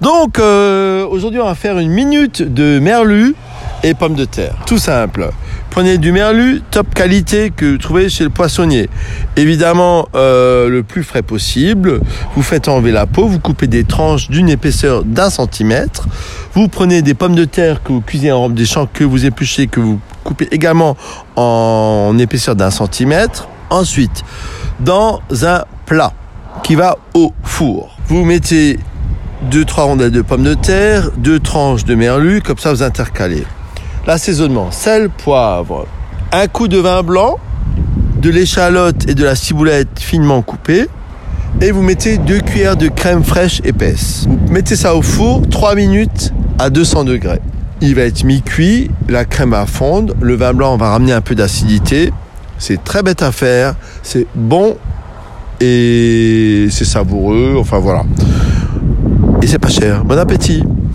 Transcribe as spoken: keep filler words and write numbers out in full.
Donc euh, aujourd'hui on va faire une minute de merlu et pommes de terre. Tout simple. Prenez du merlu top qualité que vous trouvez chez le poissonnier. Évidemment euh, le plus frais possible. Vous faites enlever la peau, vous coupez des tranches d'une épaisseur d'un centimètre. Vous prenez des pommes de terre que vous cuisinez en robe des champs, que vous épluchez, que vous coupez également en épaisseur d'un centimètre. Ensuite, dans un plat qui va au four, vous mettez deux trois rondelles de pommes de terre, deux tranches de merlu, comme ça vous intercalez. L'assaisonnement, sel, poivre, un coup de vin blanc, de l'échalote et de la ciboulette finement coupée, et vous mettez deux cuillères de crème fraîche épaisse. Vous mettez ça au four trois minutes à deux cents degrés. Il va être mi-cuit, la crème va fondre, le vin blanc va ramener un peu d'acidité. C'est très bête à faire, c'est bon et c'est savoureux, enfin voilà. Et c'est pas cher. Bon appétit!